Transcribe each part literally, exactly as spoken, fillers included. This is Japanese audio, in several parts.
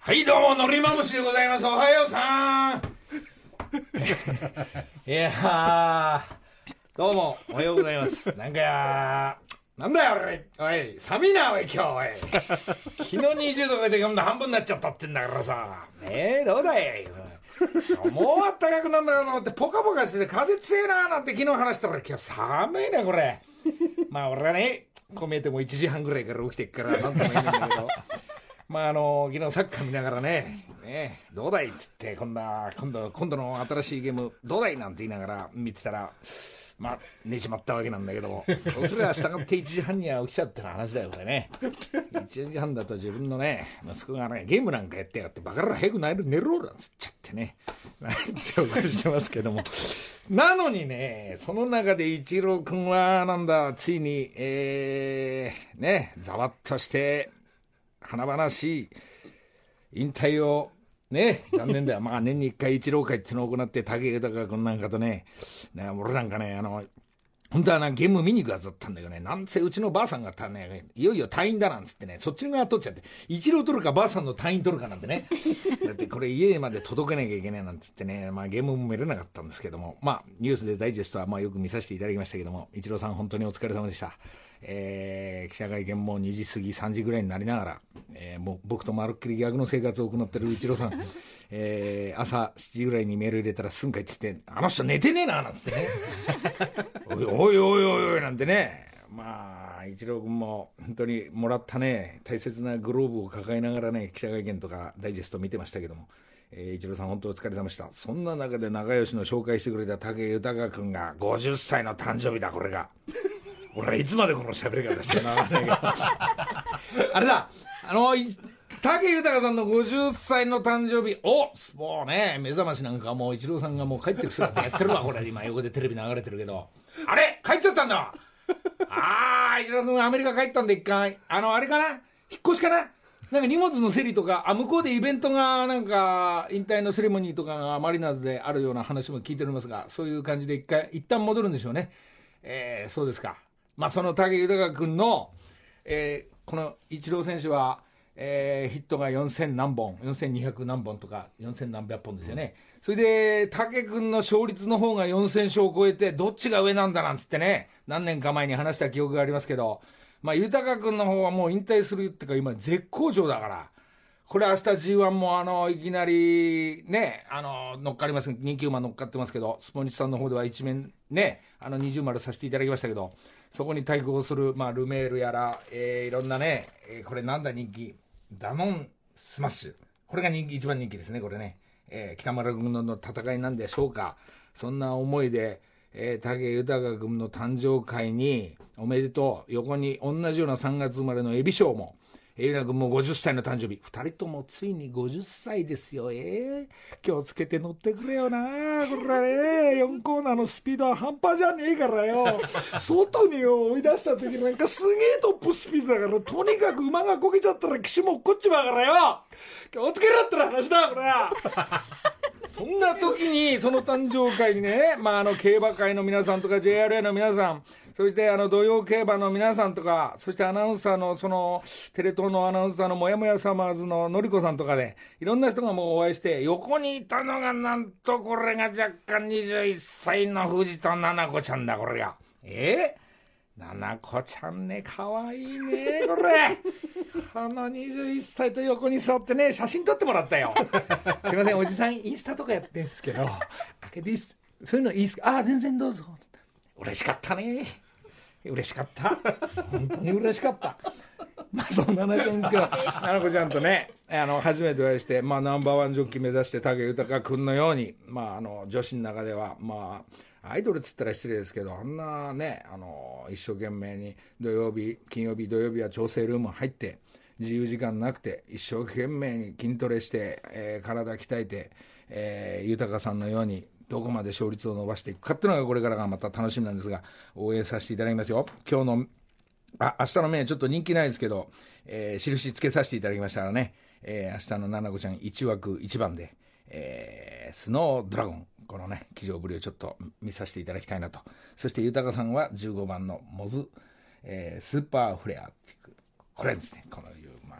はいどうものりまむしでございます。おはようさんいやーどうもおはようございます。なんかなんだよ俺おい寒いなおい今日おい昨日にじゅうど超えて今度半分になっちゃったってんだからさねえどうだいもうあったかくなんだよなってポカポカしてて風強えななんて昨日話したら今日寒いねこれまあ俺はねこう見えてもいちじはんぐらいから起きてっからなんとも言えないんだけどまああの昨日サッカー見ながらねねどうだいっつって今度今度今度の新しいゲームどうだいなんて言いながら見てたらまあ寝ちまったわけなんだけどもそうすれば従っていちじはんには起きちゃうっての話だよこれねいちじはんだと自分のね息子がねゲームなんかやってやってバカら早く寝る寝ろなんつっちゃってねなんておかしてますけどもなのにねその中でイチロー君はなんだついにえー、ねざわっとして華々しい引退をね残念だよまあ年にいっかいイチロー会っていうのを行って武豊君なんかとねね俺なんかねあの本当はなゲーム見に行くはずだったんだけどねなんせうちのばあさんがたねいよいよ退院だなんつってねそっち側取っちゃってイチロー取るかばあさんの退院取るかなんてねだってこれ家まで届けなきゃいけないなんつってねまあゲームも見れなかったんですけどもまあニュースでダイジェストはまあよく見させていただきましたけどもイチローさん本当にお疲れ様でした。えー、記者会見もにじ過ぎさんじぐらいになりながら、えー、もう僕とまるっきり逆の生活を行ってるイチローさん、えー、朝しちじぐらいにメール入れたらすぐ帰ってきてあの人寝てねえななんつってねおいおいおいおいおいなんてねまあイチロー君も本当にもらったね大切なグローブを抱えながらね記者会見とかダイジェスト見てましたけども、えー、イチローさん本当お疲れ様でした。そんな中で仲良しの紹介してくれた武豊君がごじゅっさいの誕生日だこれが俺はいつまでこの喋り方してならないけどあれだあの武豊さんのごじゅっさいの誕生日おもうね目覚ましなんかもうイチローさんがもう帰ってく姿やってるわこれ今横でテレビ流れてるけどあれ帰っちゃったんだあーイチロー君アメリカ帰ったんで一回あのあれかな引っ越しかななんか荷物の整理とかあ向こうでイベントがなんか引退のセレモニーとかがマリナーズであるような話も聞いておりますがそういう感じで一回一旦戻るんでしょうね。えー、そうですか。まあ、その武豊君の、えー、このイチロー選手は、えー、ヒットがよんせん何本よんせんにひゃく何本とかよんせん何百本ですよね、うん、それで武君の勝率の方がよんせん勝を超えてどっちが上なんだなんつってね何年か前に話した記憶がありますけど、まあ、豊君の方はもう引退するっていうか今絶好調だからこれ明日 ジーワン もあのいきなりねあの乗っかります人気馬乗っかってますけどスポニチさんの方では一面ねあの二重丸させていただきましたけどそこに対抗する、まあ、ルメールやら、えー、いろんなね、えー、これなんだ人気ダノンスマッシュこれが人気一番人気ですねこれね、えー、北村君の戦いなんでしょうか。そんな思いで、えー、武豊君の誕生会におめでとう横に同じようなさんがつ生まれの海老賞もエイナ君もごじゅっさいの誕生日ふたりともついにごじゅっさいですよ。えー、気をつけて乗ってくれよなこれねよんコーナーのスピードは半端じゃねえからよ外によ追い出した時なんかすげえトップスピードだからとにかく馬がこけちゃったら騎手も落っこっちまうからよ気をつけろって話だこれそんな時にその誕生会にね、まあ、あの競馬会の皆さんとか ジェイアールエー の皆さんそしてあの土曜競馬の皆さんとかそしてアナウンサーのそのテレ東のアナウンサーのもやもやサマーズののりこさんとかでいろんな人がもうお会いして横にいたのがなんとこれが若干にじゅういっさいの藤田七子ちゃんだこれがえー、七子ちゃんねかわいいねこれあのにじゅういっさいと横に座ってね写真撮ってもらったよすいませんおじさんインスタとかやってんすけど開けていいっすそういうのいいっすか。あ全然どうぞ。嬉しかったね嬉しかった本当に嬉しかったまあそんな話なんですけど七子ちゃんとねあの初めてお会いして、まあ、ナンバーワンジョッキー目指して武豊君のように、まあ、あの女子の中ではまあアイドルっつったら失礼ですけどあんなねあの一生懸命に土曜日金曜日土曜日は調整ルーム入って自由時間なくて一生懸命に筋トレして、えー、体鍛えて、えー、豊さんのようにどこまで勝率を伸ばしていくかっていうのがこれからがまた楽しみなんですが応援させていただきますよ。今日のあ明日の面ちょっと人気ないですけど、えー、印つけさせていただきましたからね、えー、明日のなな子ちゃんいち枠いちばんで、えー、スノードラゴンこのね騎乗ぶりをちょっと見させていただきたいなと。そして豊さんはじゅうごばんのモズ、えー、スーパーフレアっていうこれですねこのいう、まあ、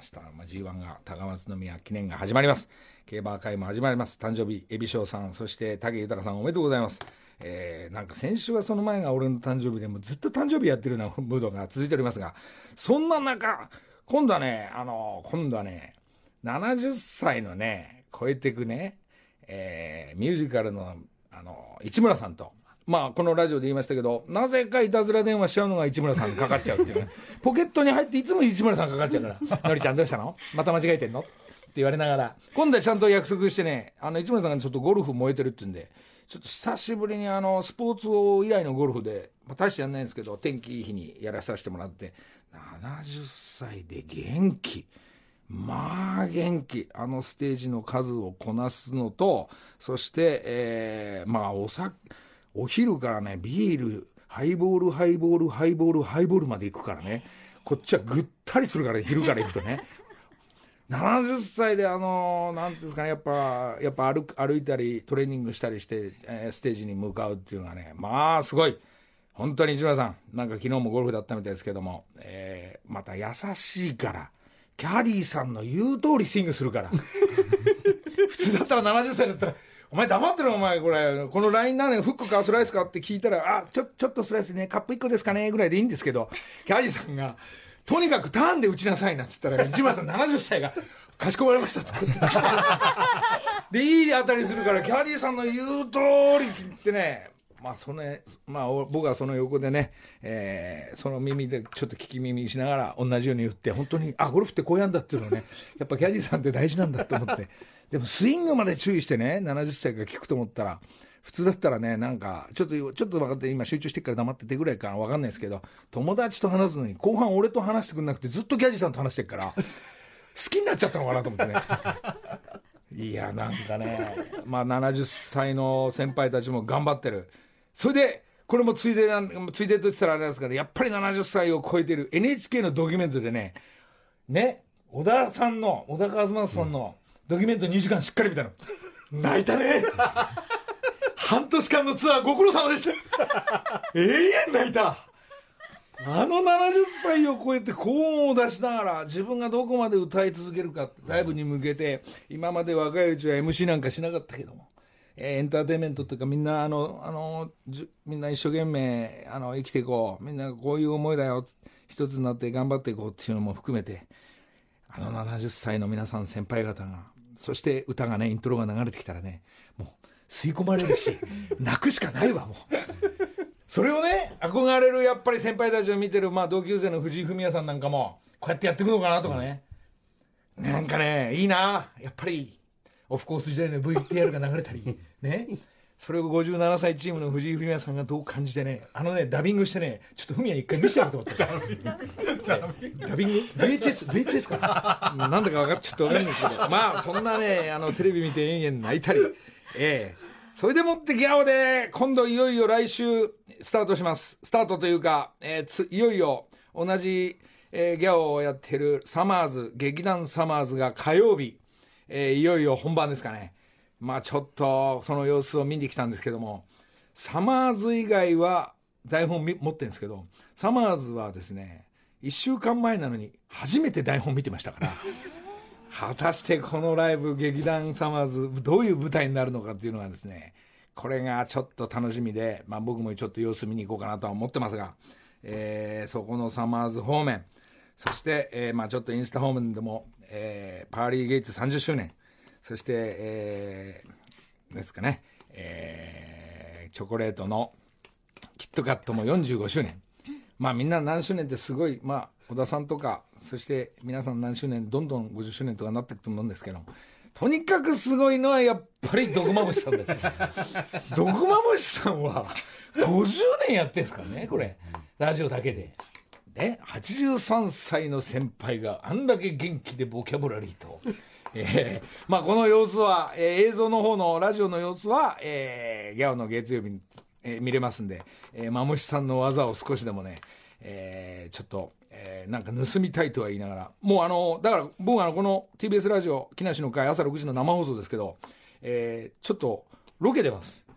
した、まあ、ジーワン が高松宮記念が始まります。競馬会も始まります。誕生日、海老翔さん、そして武豊さん、おめでとうございます。えー、なんか先週はその前が俺の誕生日でもずっと誕生日やってるようなムードが続いておりますが、そんな中今度はねあの今度はねななじゅっさいのね超えていくね、えー、ミュージカルのあの市村さんと、まあこのラジオで言いましたけど、なぜかいたずら電話しちゃうのが市村さんにかかっちゃうっていうねポケットに入っていつも市村さんかかっちゃうからのりちゃんどうしたの、また間違えてんのって言われながら、今度はちゃんと約束してね、あの市村さんがちょっとゴルフ燃えてるって言うんで、ちょっと久しぶりにあのスポーツ王以来のゴルフで、まあ、大してやんないんですけど天気いい日にやらさせてもらって、ななじゅっさいで元気、まあ元気、あのステージの数をこなすのと、そして、えー、まあお酒、お昼からねビールハイボールハイボールハイボールハイボールまで行くからね、こっちはぐったりするから、ね、昼から行くとねななじゅっさいであのなんていうんですかね、やっぱやっぱ 歩, 歩いたりトレーニングしたりして、えー、ステージに向かうっていうのはね、まあすごい。本当に市村さん、なんか昨日もゴルフだったみたいですけども、えー、また優しいから、キャディーさんの言う通りスイングするから普通だったらななじゅっさいだったら、お前黙ってろお前、これこのライン何フックかスライスかって聞いたら、あちょちょっとスライスね、カップいっこですかねぐらいでいいんですけど、キャディーさんがとにかくターンで打ちなさいなっつったら、市村さんななじゅっさいがかしこまりましたってでいい当たりするから、キャディーさんの言う通りってね、まあそのね、まあ僕はその横でね、えー、その耳でちょっと聞き耳しながら同じように言って、本当にあゴルフってこうやんだっていうのをね、やっぱキャディーさんって大事なんだと思ってでもスイングまで注意してね、ななじゅっさいが聞くと思ったら、普通だったらね、なんかちょっとちょっと分かって、今集中してっから黙っててぐらいかな、分かんないですけど、友達と話すのに後半俺と話してくんなくて、ずっとキャディーさんと話してっから好きになっちゃったのかなと思ってねいやなんかね、まあななじゅっさいの先輩たちも頑張ってる。それでこれもついでなんついでと言ってたらあれなんですけど、やっぱりななじゅっさいを超えてる エヌエイチケー のドキュメントでね、ね小田さんの小田和正さんのドキュメントにじかんしっかり見たの、泣いたね半年間のツアーご苦労様でした永遠泣いた。あのななじゅっさいを超えて高音を出しながら自分がどこまで歌い続けるか、ライブに向けて、今まで若いうちは エムシー なんかしなかったけども、エンターテインメントというか、みんなあのあのみんな一生懸命あの生きていこう、みんなこういう思いだよ、一つになって頑張っていこうっていうのも含めて、あのななじゅっさいの皆さん先輩方が、そして歌がね、イントロが流れてきたらね、もう吸い込まれるし泣くしかないわもうそれをね憧れるやっぱり先輩たちを見てる、まあ同級生の藤井フミヤさんなんかもこうやってやっていくのかなとかね、なんかねいいな、やっぱりオフコース時代の ブイティーアール が流れたりね、それをごじゅうななさいチームの藤井フミヤさんがどう感じてね、あのねダビングしてね、ちょっとフミヤに一回見せてやると思ってダビング ブイエイチエス ブイエイチエス かな、なんだか分かっちょっと分かんないですけど、まあそんなねあのテレビ見て延々泣いたり、ええそれでもってギャオで今度いよいよ来週スタートします。スタートというか、えー、ついよいよ同じ、えー、ギャオをやっているサマーズ、劇団サマーズが火曜日、えー、いよいよ本番ですかね。まあちょっとその様子を見に来たんですけども、サマーズ以外は台本持ってるんですけど、サマーズはですねいっしゅうかんまえなのに初めて台本見てましたから果たしてこのライブ、劇団サマーズどういう舞台になるのかっていうのはですね、これがちょっと楽しみで、まあ、僕もちょっと様子見に行こうかなとは思ってますが、えー、そこのサマーズ方面、そして、えーまあ、ちょっとインスタ方面でも、えー、パーリーゲイツさんじゅっしゅうねん、そして、えー、ですかね、えー、チョコレートのキットカットもよんじゅうごしゅうねん、まあみんな何周年ってすごい、まあ小田さんとか、そして皆さん何周年、どんどんごじゅっしゅうねんとかなっていくと思うんですけど、とにかくすごいのはやっぱりドクマムシさんですドクマムシさんはごじゅうねんやってんですからね、これラジオだけでね、はちじゅうさんさいの先輩があんだけ元気でボキャブラリーとえーまあ、この様子は、えー、映像の方のラジオの様子は、えー、ギャオの月曜日に、えー、見れますんで、えー、マムシさんの技を少しでもね、えー、ちょっと、えー、なんか盗みたいとは言いながら、もうあのだから僕はあのこの ティービーエス ラジオ木梨の会朝ろくじの生放送ですけど、えー、ちょっとロケ出ます。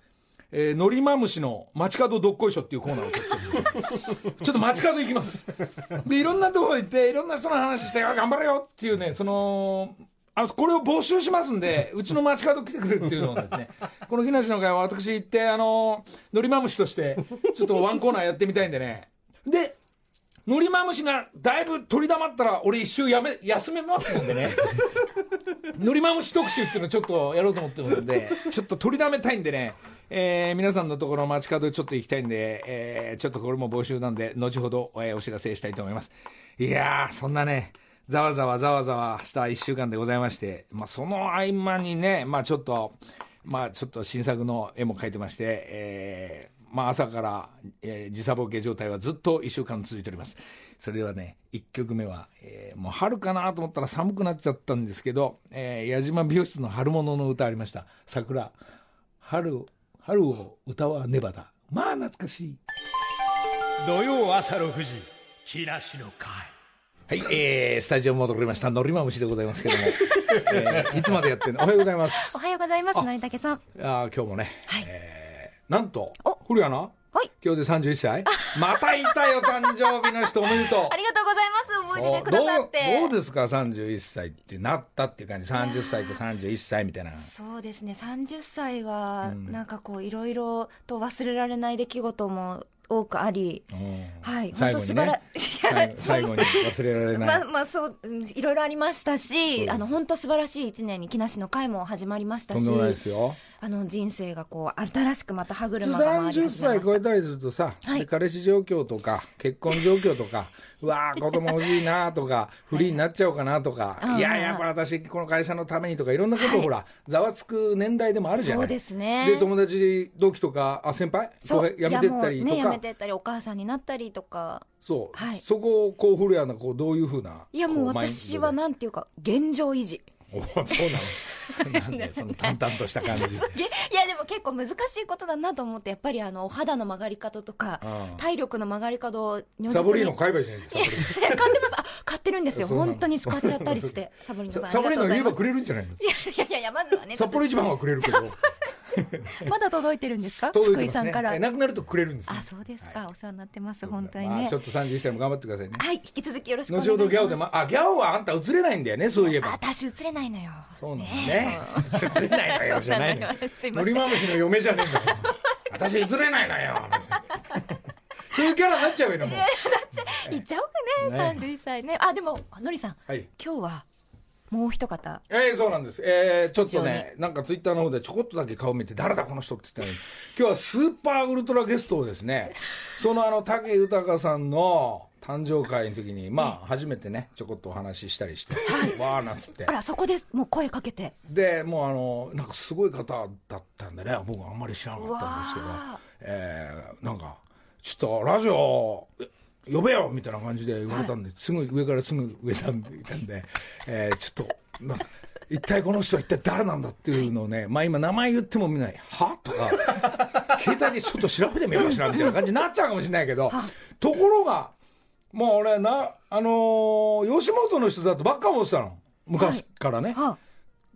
えー、のりまむしの街角どっこいしょっていうコーナーを撮ってるちょっと街角行きますでいろんなところ行っていろんな人の話して頑張れよっていうね、そのあのこれを募集しますんでうちの街角来てくれるっていうのをですねこの木梨の会は私行ってあののりまむしとしてちょっとワンコーナーやってみたいんでね、でのりまむしがだいぶ取りだまったら俺一周やめ休めますもんでねのりまむし特集っていうのをちょっとやろうと思ってるのでちょっと取りだめたいんでね、えー、皆さんのところ街角ちょっと行きたいんで、えー、ちょっとこれも募集なんで後ほど、えー、お知らせしたいと思います。いやーそんなねざわざわざわざわしたいっしゅうかんでございまして、まあ、その合間にね、まあ、ちょっとまあちょっと新作の絵も描いてまして、えーまあ、朝から、えー、時差ボケ状態はずっといっしゅうかん続いております。それではねいっきょくめは、えー、もう春かなと思ったら寒くなっちゃったんですけど、えー、矢島美容室の春物の歌ありました。桜春春を歌わねばだ、まあ懐かしい。 土曜朝ろくじ木梨の会。 はい、えー、スタジオ戻りましたのりまむしでございますけども、えー、いつまでやってんの。おはようございます。 おはようございます。のりたけさん。 あ今日もね、 はい、 えー、なんと古谷アナ、 はい、 今日でさんじゅういっさいまたいたよ誕生日の人おめでとうありがとうございます。覚えててくださって。 どう、どうですかさんじゅういっさいってなったっていう感じ。さんじゅっさいとさんじゅういっさいみたいな。 そうですね、さんじゅっさいはなんかこういろいろと忘れられない出来事も多くあり、はい、 最後にね最後に忘れられない、 まあまあそういろいろありましたし、あの本当素晴らしいいちねんに木梨の会も始まりましたし、 とんでもないですよ。 あの人生がこう新しくまた歯車が回り始めました。 さんじゅっさい超えたりするとさ、はい、で彼氏状況とか結婚状況とかうわー子供欲しいなとかフリーになっちゃおうかなとか、はい、いややっぱ私この会社のためにとかいろんなことを、はい、ほらざわつく年代でもあるじゃない。 そうですね。 で友達同期とかあ先輩辞めてったりとか、 ね、辞めてったりお母さんになったりとか、 そう、 はい、 そこをこう古谷のこうどういうふうな。 いやもう私はなんていうか現状維持。 おそうなのなんでその淡々とした感じいやでも結構難しいことだなと思って、やっぱりあのお肌の曲がり方とか体力の曲がりかどにサボリーノ買えばいいじゃないですか。 買ってます。あ買ってるんですよ。本当に使っちゃったりしてサボリーノさんサボリーノ言えばくれるんじゃないの。いやいやいやまずはね札幌一番はくれるけどまだ届いてるんですか。 福井さんからなくなるとくれるんです、ね、 あそうですか、はい、お世話になってます本当にね、 まあ、ちょっとさんじゅういっさいも頑張ってくださいね。 はい引き続きよろしくお願いします。 後ほどギャオで、まあ、ギャオはあんた映れないんだよね。そういえば私映れないのよ。 そうなんだね映れないのよじゃないのよのりまむしの嫁じゃねえんだから私映れないのよそういうキャラになっちゃうよもういっちゃおうかね、さんじゅういっさいね。あでものりさん、はい、今日はもう一方。 えー、そうなんです、えー、ちょっとねなんかツイッターの方でちょこっとだけ顔見て誰だこの人って言ったのに今日はスーパーウルトラゲストをですねそのあの武豊さんの誕生会の時にまあ初めてねちょこっとお話ししたりしてわーなんつって、 あらそこでもう声かけて、 でもうあのなんかすごい方だったんでね僕あんまり知らなかったんですけど、えー、なんかちょっとラジオ呼べよみたいな感じで言われたんで、はい、すぐ上からすぐ上たんで、えー、ちょっとなんか一体この人は一体誰なんだっていうのをね、はい、まあ今名前言っても見ないはとか携帯でちょっと調べてみようかしらみたいな感じになっちゃうかもしれないけどところがもう俺なあのー、吉本の人だとばっか思ってたの昔からね、はい、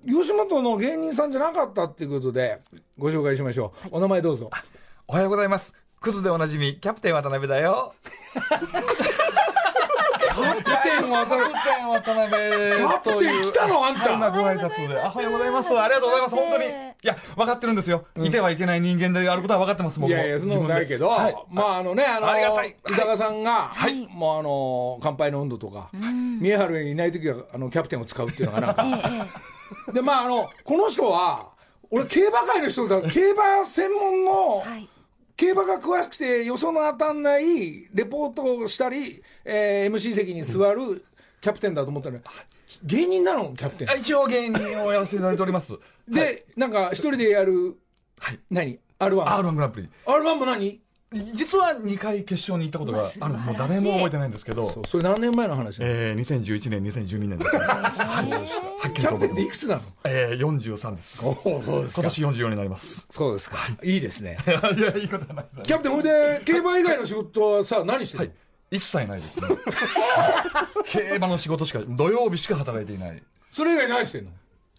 吉本の芸人さんじゃなかったっていうことでご紹介しましょう、はい、お名前どうぞ。 おはようございます。クズでおなじみキャプテン渡辺だよキャプテン渡辺キャプテン来たのあんた。 まあご挨拶でおはようございます。ありがとうございます。本当にいや分かってるんですよ、うん、いてはいけない人間であることは分かってます。僕もいやいやそんなことないけど、はい、まああのねあのありがたい宇高さんが、はい、もうあの乾杯の温度とか宮原にいない時はあのキャプテンを使うっていうのがなんかでまああのこの人は俺競馬界の人だ競馬専門の、はい競馬が詳しくてよその当たんないレポートをしたり、えー、エムシー 席に座るキャプテンだと思ったら、ね、芸人なのキャプテン。 一応芸人をやらせていただいておりますで、はい、なんか一人でやる、はい、何 アールワンアールワン グランプリアールワン も何実はにかい決勝に行ったことがある。もう誰も覚えてないんですけど。 そうそれ何年前の話なの。 えー、にせんじゅういちねんにせんじゅうにねんですねはい、 キャプテンっていくつなの。 えー、よんじゅうさんです。 おおそうですか。 今年よんじゅうよんになります。 そうですか、はい、いいですねいやいいことはないです。 キャプテンほいで競馬以外の仕事はさ何してるの。はい、 一切ないですね競馬の仕事しか土曜日しか働いていない。 それ以外何してんの。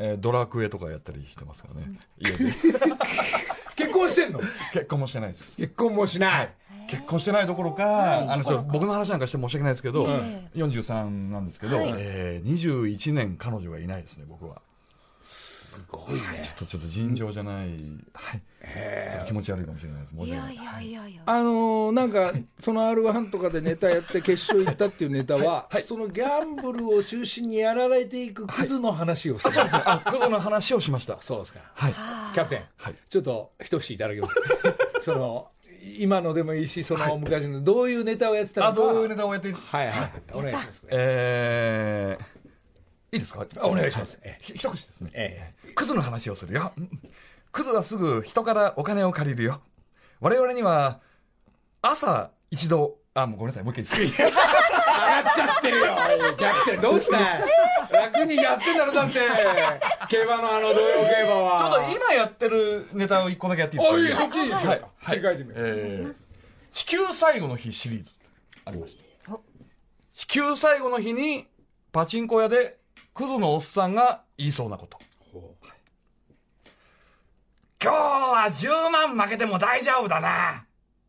えー、ドラクエとかやったりしてますからね、家で結婚してんの？ 結婚もしてないです。 結婚もしない、 結婚してないどころか、あのちょっと僕の話なんかして申し訳ないですけど、よんじゅうさんなんですけど、 はいえー、にじゅういちねん彼女がいないですね、僕は。 すごいね。 ちょっとちょっと尋常じゃない、はい、ちょっと気持ち悪いかもしれないです。申いやし訳ない。 いやいやいや。 あのー、なんかその アールワン とかでネタやって決勝行ったっていうネタは、はいはい、そのギャンブルを中心にやられていくクズの話をする、 はい、そうですね。あ、クズの話をしました。 そうですか。 はい。 キャプテン、はい、ちょっと一節いただけますか。その今のでもいいし、その昔のどういうネタをやってたのか。 あ、どういうネタをやって、 はいはい、お願いします。 えー、いいですか。 お願いします。 えー、一口ですね。 えー、クズの話をするよ。クズはすぐ人からお金を借りるよ。我々には朝一度、あ、もうごめんなさい、もう一回いいですか。 上がっちゃってるよ、キャプテン。どうしたい。楽にやってんだろ、だって競馬のあの土曜競馬は。 ちょっと今やってるネタを一個だけやっていいですか。 あ、いいよ、そっちにしようか、はい、切り替えてみよう、 えー、地球最後の日シリーズありました。地球最後の日にパチンコ屋でクズのおっさんが言いそうなこと。今日はじゅうまん負けても大丈夫だな。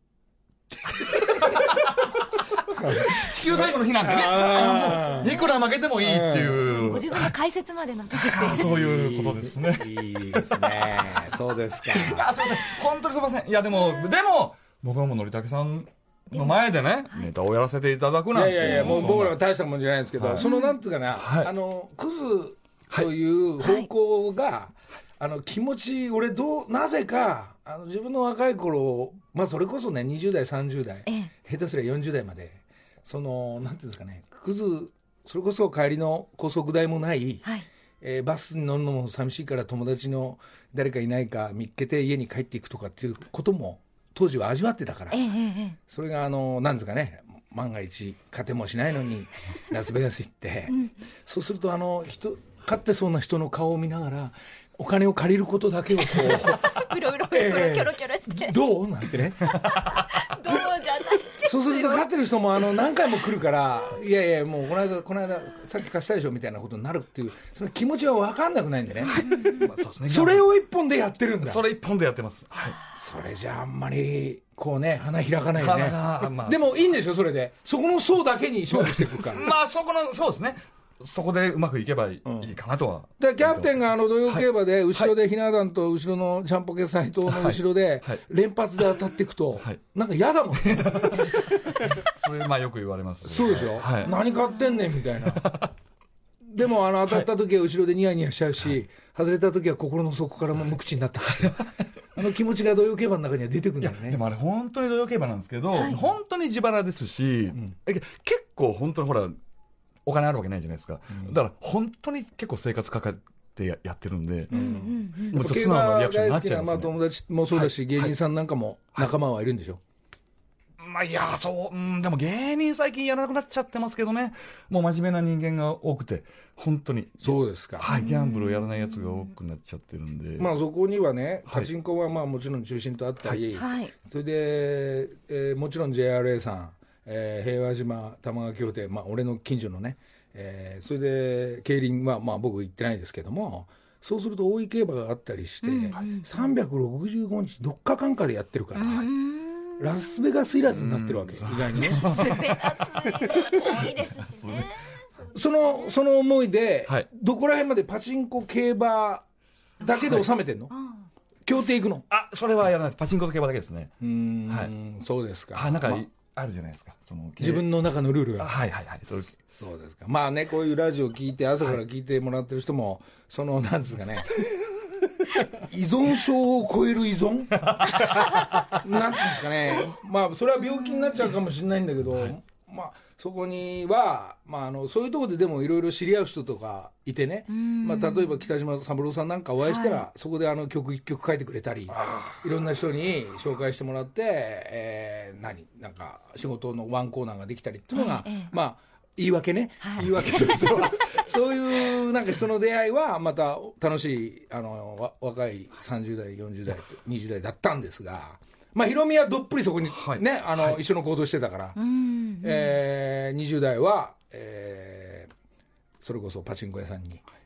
地球最後の日なんでね、あのいくら負けてもいいっていう、 ご自分の解説までなさってそういうことですね。 いいですね。そうですか。 あ、すいません、本当にすいません。いやでもでも僕はもうのりたけさんの前でね、ネタをやらせていただくなんて。 いやいやいや、もう僕らは大したもんじゃないんですけど、はい、そのなんていうかな、はい、あのクズという方向が、はい、あの気持ち、俺どうなぜかあの自分の若い頃、まあそれこそねにじゅう代さんじゅう代、ええ、下手すりゃよんじゅう代まで、そのなんていうんですかね、クズ、それこそ帰りの高速代もない、はい、えー、バスに乗るのも寂しいから友達の誰かいないか見っけて家に帰っていくとかっていうことも当時は味わってたから、ええ、それがあのなんですかね、万が一勝てもしないのにラスベガス行って、うん、そうするとあの人勝ってそうな人の顔を見ながらお金を借りることだけをこううろうろうろキョロキョロして、 どうなんてねどうじゃないそうすると勝ってる人もあの何回も来るから、いやいやもうこの間この間さっき貸したでしょみたいなことになるっていう、その気持ちは分かんなくないんでね、まあそうですね、それを一本でやってるんだ。 それ一本でやってます、はい、 それじゃあんまりこうね花開かないよね、 まあ、 でもいいんでしょ、それでそこの層だけに勝負していくからまあそこのそうですね、そこでうまくいけばいいかなとは、うん、 だキャプテンがあの土曜競馬で後ろでひな壇と後ろのジャンポケ斉藤の後ろで連発で当たっていくと、はい、なんか嫌だもんそれまあよく言われます、ね、 そうでしょ、はい、何買ってんねんみたいなでもあの当たった時は後ろでニヤニヤしちゃうし、はい、外れた時は心の底からも無口になったあの気持ちが土曜競馬の中には出てくるんだよね。 でもあれ本当に土曜競馬なんですけど、はい、本当に自腹ですし、うん、結構本当にほらお金あるわけないじゃないですか、うん、だから本当に結構生活かかってや、やってるんで、うんうんうん、もう素直なリアクションになっちゃいますね。 まあ、友達もそうだし、はい、芸人さんなんかも仲間はいるんでしょ、 はい、まあ、いやそう、うん、でも芸人最近やらなくなっちゃってますけどね、もう真面目な人間が多くて本当に。 そうですか、 はい、ギャンブルをやらないやつが多くなっちゃってるんで、 まあ、そこにはねパチンコはまあもちろん中心とあったり、はい、それで、えー、もちろん ジェイアールエー さん、えー、平和島玉川協定、まあ、俺の近所のね、えー、それで競輪は、まあ、僕行ってないですけども、そうすると大井競馬があったりして、うんうん、さんびゃくろくじゅうごにちどっかかんかでやってるから、ラスベガスいらずになってるわけ、意外にね。ラスベガス多いですしね。 そのその思いで、はい、どこら辺までパチンコ競馬だけで収めてんの、はい、協定行くの？ あ、それはやらないです。パチンコと競馬だけですね。 うーん、はい、そうですか。 あ、なんか、まああるじゃないですか、その自分の中のルールが。 はいはいはい、そ, そうですか。まあね、こういうラジオ聞いて朝から聞いてもらってる人も、はい、そのなんですかね依存症を超える依存なんていうんですかね、まあそれは病気になっちゃうかもしれないんだけど、はい、まあそこには、まあ、あのそういうところででもいろいろ知り合う人とかいてね、まあ、例えば北島三郎さんなんかお会いしたら、はい、そこであの曲一曲書いてくれたり、いろんな人に紹介してもらって、えー、何なんか仕事のワンコーナーができたりっていうのが、ええ、まあ言い訳ね、はい、言い訳としてはそういうなんか人の出会いはまた楽しいあの若いさんじゅう代よんじゅう代にじゅう代だったんですが、まあ、ヒロミはどっぷりそこに、ね、はい、あのはい、一緒の行動してたから、うんうん、えー、にじゅう代は、えー、それこそパチンコ屋さんに、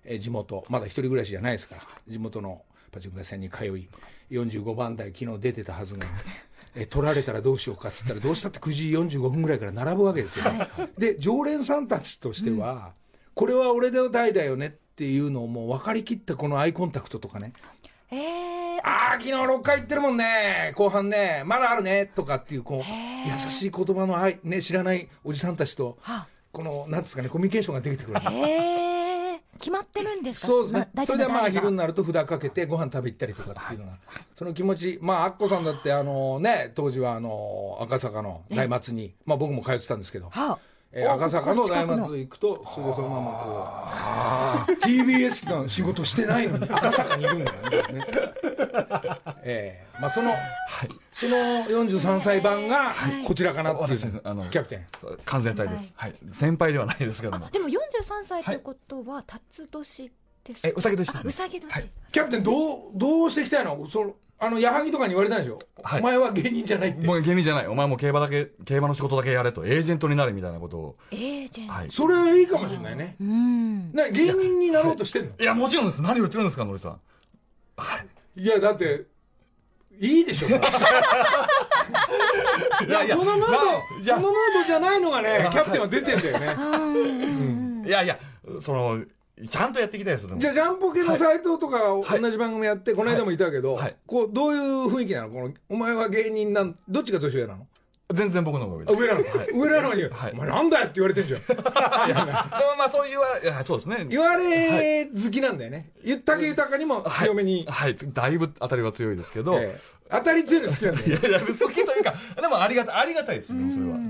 えー地元まだ一人暮らしじゃないですから地元のパチンコ屋さんに通いよんじゅうごばん台昨日出てたはずがえ取られたらどうしようかっつったらどうしたってくじよんじゅうごふんぐらいから並ぶわけですよ、で常連さんたちとしては、うん、これは俺の代だよねっていうのをもう分かりきったこのアイコンタクトとかね、 えー、 ああ昨日ろっかい行ってるもんね後半ねまだあるねとかっていうこう優しい言葉の愛、ね、知らないおじさんたちとこのなんですかねコミュニケーションができてくる、 へー決まってるんですか。 そうですね。それでまあ昼になると札かけてご飯食べ行ったりとかっていうのが、はい、その気持ち、まあアッコさんだってあのね当時はあの赤坂の大松に、まあ僕も通ってたんですけど、はあえー、赤坂の大松行くとそれでそのままこう ティービーエス の仕事してないのに赤坂にいるんだよね。えー、まあその、はい、そのよんじゅうさんさい版がこちらかなっていう、はい、あのキャプテン完全体です、はいはい、先輩ではないですけども。 でもよんじゅうさんさいということは辰年ですか。 えうさぎ年です、ね、 うさぎ年、はい、 キャプテンどうどうしていきたいの。そのあの矢作とかに言われたんでしょ、はい、お前は芸人じゃないって。 もう芸人じゃない、お前も競馬だけ競馬の仕事だけやれと、エージェントになれみたいなことを。 エージェント、 はい、それいいかもしれないね。うんな芸人になろうとしてんの。 いや、いやもちろんです。何を言ってるんですかのりさん。 はい、いやだっていいでしょいやいやそのムードそのムードじゃないのがねキャプテンは出てんだよね、うん、 いやいやそのちゃんとやっていきたいです。 じゃあジャンポケの斎藤とか同じ番組やって、はい、この間もいたけど、はい、こうどういう雰囲気なの。このお前は芸人なんどっちが年上なの。 全然僕の方が上上なの、はい、上なのに、はい、お前なんだよって言われてんじゃん。いやでもまあそう言われそうですね、 言われ好きなんだよね。言ったけ豊かにも強めに、 はい、はい、だいぶ当たりは強いですけど、えー、当たり強いの好きなんだよ。いやいや好きというかでもありがたありがたいですねそれは。はい、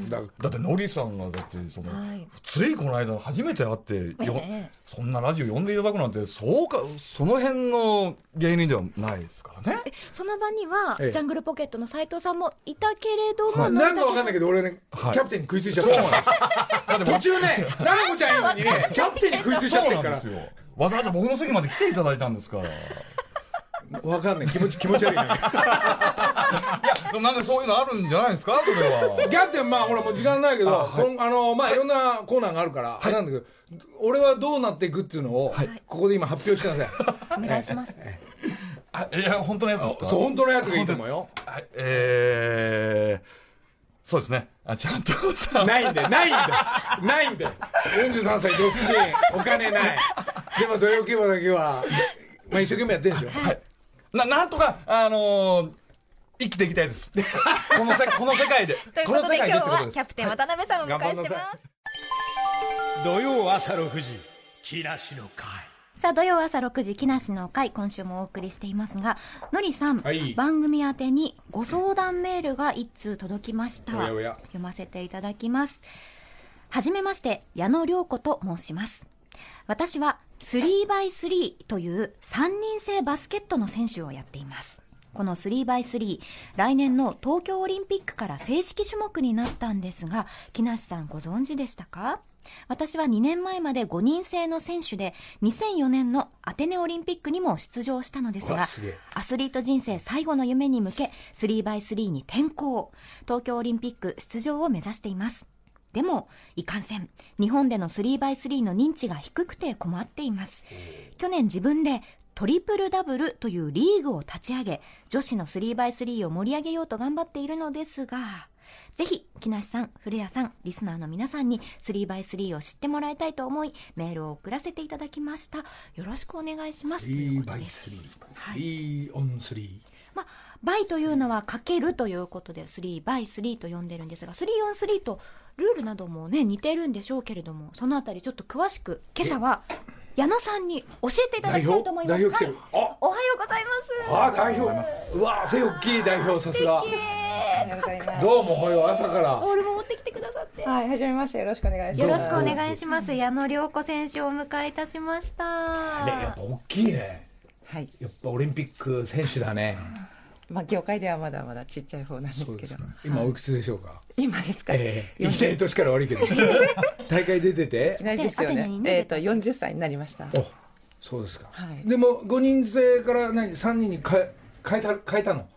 だ, だってノリさんがだってその、はい、ついこの間初めて会ってよ、えー、そんなラジオ呼んでいただくなんてそうかその辺の芸人ではないですからね。 その場には、えー、ジャングルポケットの斉藤さんもいたけれども、はい、 なんかわかんないけど俺ね、はい、キャプテンに食いついちゃった、はい、途中ね奈々子ちゃんいるのにねキャプテンに食いついちゃってるからわざわざ僕の席まで来ていただいたんですから。 わかんない気持ち気持ち悪いな。いやなんかそういうのあるんじゃないですかそれは。 キャプテンまあほらもう時間ないけど、あ、はい、あのまあいろんなコーナーがあるから、はい、なんだけど俺はどうなっていくっていうのを、はい、ここで今発表してください。お願いします。 あいや本当のやつですか。 そう本当のやつがいいと思うよ。 はい、えー、そうですね。あちゃんとないんだよないんだよないんだよ。よんじゅうさんさい独身お金ないでも土曜競馬だけはまあ一生懸命やってるんでしょ。はい。 な, なんとか、あのー、生きていきたいですこのせこの世界で。 ということで今日はキャプテン渡辺さんをお迎えしてます。 土曜朝ろくじ木梨の会。 さあ土曜朝ろくじ木梨の会、今週もお送りしていますが、のりさん、はい、番組宛てにご相談メールが一通届きました。おやおや読ませていただきます。はじめまして、矢野涼子と申します。私は スリーバイスリー というさんにん制バスケットの選手をやっています。この スリーバイスリー、来年の東京オリンピックから正式種目になったんですが、木梨さんご存知でしたか？私はにねんまえまでごにん制の選手で、にせんよねんのアテネオリンピックにも出場したのですが、アスリート人生最後の夢に向け スリーバイスリー に転向、東京オリンピック出場を目指しています。でもいかんせん日本での スリーバイスリー の認知が低くて困っています。去年自分でトリプルダブルというリーグを立ち上げ、女子の スリーバイスリー を盛り上げようと頑張っているのですが、ぜひ木梨さん、古谷さん、リスナーの皆さんに スリーバイスリー を知ってもらいたいと思いメールを送らせていただきました。よろしくお願いします。 スリーバイスリー、スリーオンスリー、まあ、バイというのはかけるということで スリーバイスリー と呼んでるんですが、スリーオンスリーとルールなどもね似てるんでしょうけれども、そのあたりちょっと詳しく今朝は矢野さんに教えていただきたいと思います。 代表、代表来てる、はい、 おはようございます。 あ、代表、うわ背大きい代表、さすが。どうもほよ、朝からボールも持ってきてくださって、 はい、はじめまして、よろしくお願いします。 よろしくお願いします。矢野涼子選手をお迎えいたしました。 ね、やっぱ大きいね。はい、やっぱオリンピック選手だね。 まあ、業界ではまだまだちっちゃい方なんですけど、 今おいくつでしょうか？ 今ですか、 えー、いきなり年から悪いけど大会出てていきなりですよね。えーとよんじゅっさいになりました。 お、そうですか、はい、でもごにん制から何さんにんに変え、変えた、変えたの？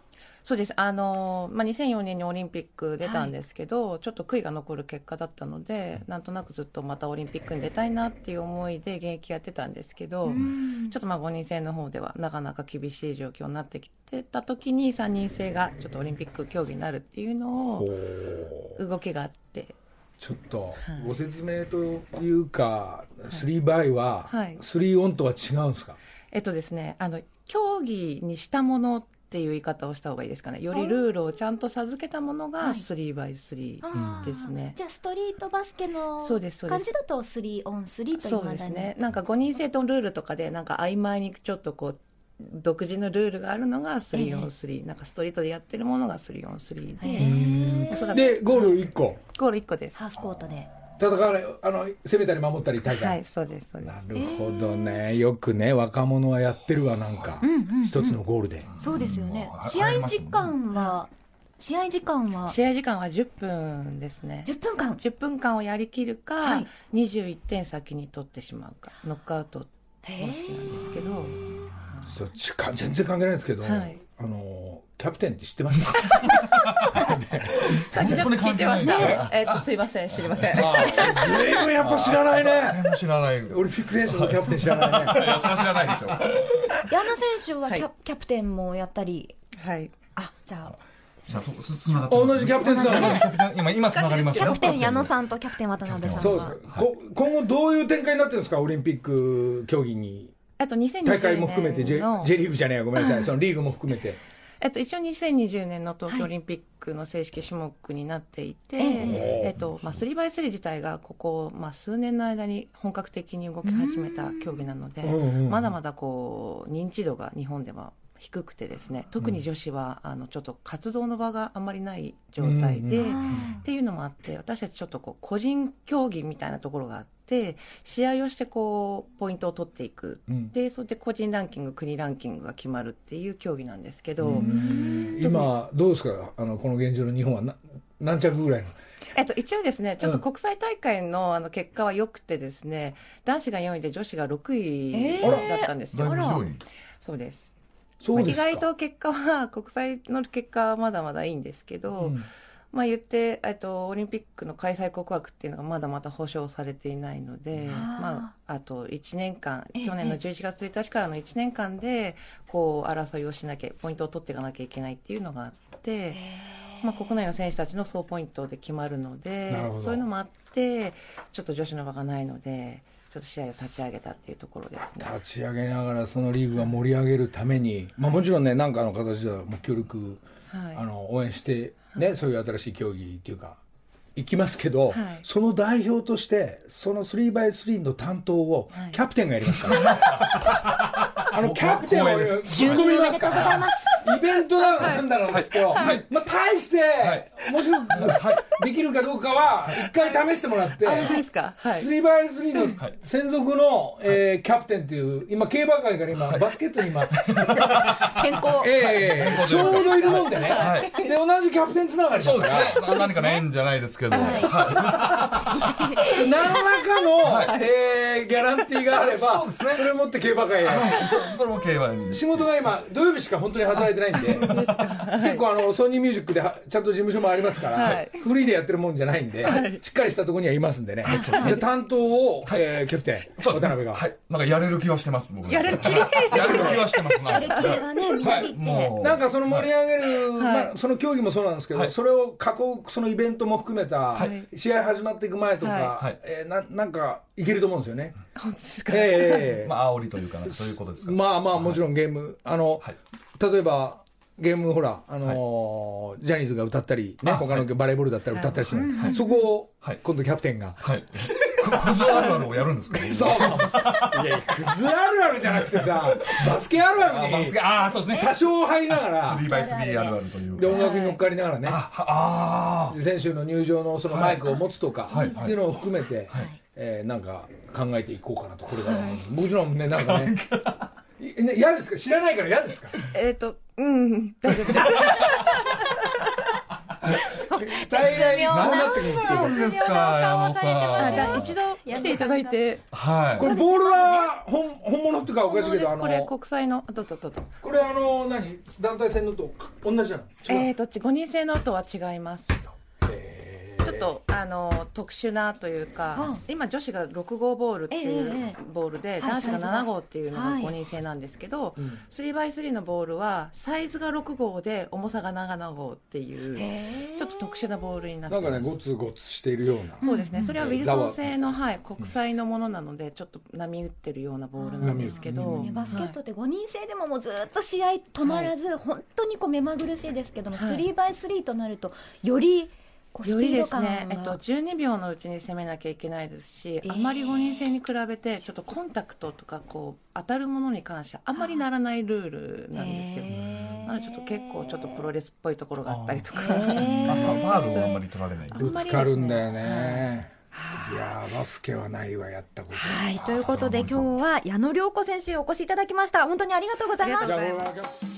そうです。あの、まあ、にせんよねんにオリンピック出たんですけど、はい、ちょっと悔いが残る結果だったので、なんとなくずっとまたオリンピックに出たいなっていう思いで現役やってたんですけど、ちょっとまあごにん制の方ではなかなか厳しい状況になってきてた時にさんにん制がちょっとオリンピック競技になるっていうのを動きがあって、 ちょっとご説明というか、スリーバイはスリーオンとは違うんですか？ えっとですね、あの競技にしたものっていう言い方をした方がいいですかね。よりルールをちゃんと授けたものが スリーバイスリー ですね。 じゃあストリートバスケの感じだとスリーオンスリーというそうですね。なんかごにん制とルールとかでなんか曖昧にちょっとこう独自のルールがあるのがスリーオンスリー、えー、なんかストリートでやってるものがスリーオンスリーで、 おそらくでゴールいっこゴールいっこです。 ハーフコートで戦わない、あの攻めたり守ったり大会。 はい、そうですそうです。 なるほどね、よくね若者はやってるわ、なんか、うんうんうん、一つのゴールで。 そうですよね。試合時間は試合時間は試合時間はじゅっぷんですね。 じゅっぷんかんじゅっぷんかんをやりきるか、はい、にじゅういってん先に取ってしまうか、ノックアウト方式なんですけど、 そう全然関係ないんですけど、はい、あのキャプテンって知ってました？ さっきちょっと聞いてました。ね、えー、っとすいません、知りません。ずいぶんやっぱ知らないね。 知らない。 オリンピック選手のキャプテン知らないね。 いや、それ知らないでしょ。 矢野選手はキャ、はい、キャプテンもやったり。 はい。 あ、じゃあ。 同じキャプテンさん今今つながりました。 キャプテン矢野さんとキャプテン渡辺さんが。 そうですか。今後どういう展開になってるんですか、オリンピック競技に。 あとにせんにじゅうねん大会も含めて J, J リーグじゃねえよ、ごめんなさい、そのリーグも含めて。 えっと、一応にせんにじゅうねんの東京オリンピックの正式種目になっていて、はい、えっとまあ、スリーバイスリー自体がここ、まあ、数年の間に本格的に動き始めた競技なので、まだまだこう認知度が日本では低くてですね、特に女子は、うん、あのちょっと活動の場があんまりない状態で、うん、っていうのもあって、私たちちょっとこう個人競技みたいなところがあって、試合をしてこうポイントを取っていく、うん、でそれで個人ランキング、国ランキングが決まるっていう競技なんですけど、 今どうですか、あのこの現状の日本はな何着ぐらいの。 えっと、一応ですね、ちょっと国際大会 の, あの結果は良くてですね、男子がよんいで女子がろくいだったんですよ。 えー、 そうです。 そうですか。 意外と結果は国際の結果はまだまだいいんですけど、うん、まあ言って、えっと、オリンピックの開催国枠っていうのがまだまだ保証されていないので、あ、まあ、あといちねんかん、去年のじゅういちがつついたちからのいちねんかんでこう争いをしなきゃ、ポイントを取っていかなきゃいけないっていうのがあって、まあ、国内の選手たちの総ポイントで決まるので、そういうのもあってちょっと女子の場がないので、ちょっと試合を立ち上げたっていうところですね。 立ち上げながらそのリーグが盛り上げるために、まあ、もちろんね、何かの形ではもう協力、はい、あの応援してね、はい、そういう新しい競技っていうか行きますけど、はい、その代表としてその スリーバイスリー の担当をキャプテンがやりますから、はい、あのキャプテンを就任おめでとうございます。 イベントなんだろうですけど、はい、まあ、大して、はい、もちろん、はい、できるかどうかは一回試してもらって、 あ、いいですか、はい、 スリーバイスリー の専属の、はい、えー、キャプテンっていう、今競馬界から今、はい、バスケットに今変更、 えー、ちょうどいるもんでね、はい、で同じキャプテンつながりだから、 そうですね、何かの縁じゃないですけど、はいはい、何らかの、はい、えー、ギャランティーがあれば、 そ, ね、それを持って競馬界へ、 それも競馬に仕事が今土曜日しか本当に働いてないんで、結構あのソニーミュージックでちゃんと事務所もありますから、はい、フリーでやってるもんじゃないんで、はい、しっかりしたところにはいますんでね、はい、じゃあ担当を、はい、えー、キャプテン渡辺が、 はい、なんかやれる気はしてます、僕やれる気やれる気はしてます、 やる気がね、みなぎって、 はい、なんかその盛り上げる、はい、まあ、その競技もそうなんですけど、はい、それを囲うそのイベントも含めた、はい、試合始まっていく前とか、はい、えー、な, なんかいけると思うんですよね。 本当ですか。 えー、 まあ煽りというか、そういうことですか。 まあまあもちろんゲーム、あの、はい、例えばゲームほら、あのーはい、ジャニーズが歌ったりね、他のバレーボールだったら歌ったりする、はい、そこを、はい、今度キャプテンが、 はい、クズあるあるをやるんですか。 そういや、クズあるあるじゃなくてさ、バスケあるあるに、 ああ、そうですね、 多少入りながらスリーバイスリー あるあるというで音楽に乗っかりながらね、 ああ、 選手の入場のそのマイクを持つとか、はい、っていうのを含めて、はい、えー、なんか考えていこうかなと、これから、はい、もちろんね、なんかね嫌ですか、知らないから嫌ですか。 えっと、うん、大丈夫です。 大概こうなってくるんですけど。 何ですか、山本さん。 じゃあ一度来ていただいて。 はい。 これボールは本本物っていうかおかしいけど、あのこれ国際のどうぞどうぞ。 これあの何団体戦のと同じじゃない？ えーどっちごにん制のとは違います。ちょっとあの特殊なというか、今女子がろく号ボールっていうボールで、男子がなな号っていうのがごにん制なんですけど、スリーバイスリーのボールはサイズがろく号で重さがなな号っていうちょっと特殊なボールになってます。 なんかねゴツゴツしているような。 そうですね。それはウィルソン製の、はい、国際のものなのでちょっと波打ってるようなボールなんですけど、 バスケットってごにん制でももうずっと試合止まらず、本当にこう目まぐるしいですけども、スリーバイスリーとなるとよりよりですね、えっと、じゅうにびょうのうちに攻めなきゃいけないですし、えー、あまりごにん制に比べてちょっとコンタクトとかこう当たるものに関してあんまりならないルールなんですよ、えー、なのでちょっと結構ちょっとプロレスっぽいところがあったりとか、えー、ファールもあんまり取られない。 ぶつかるんだよね、はい、いやバスケはないわ、やったこと。 はい、ということで今日は矢野涼子選手お越しいただきました。本当にありがとうございます。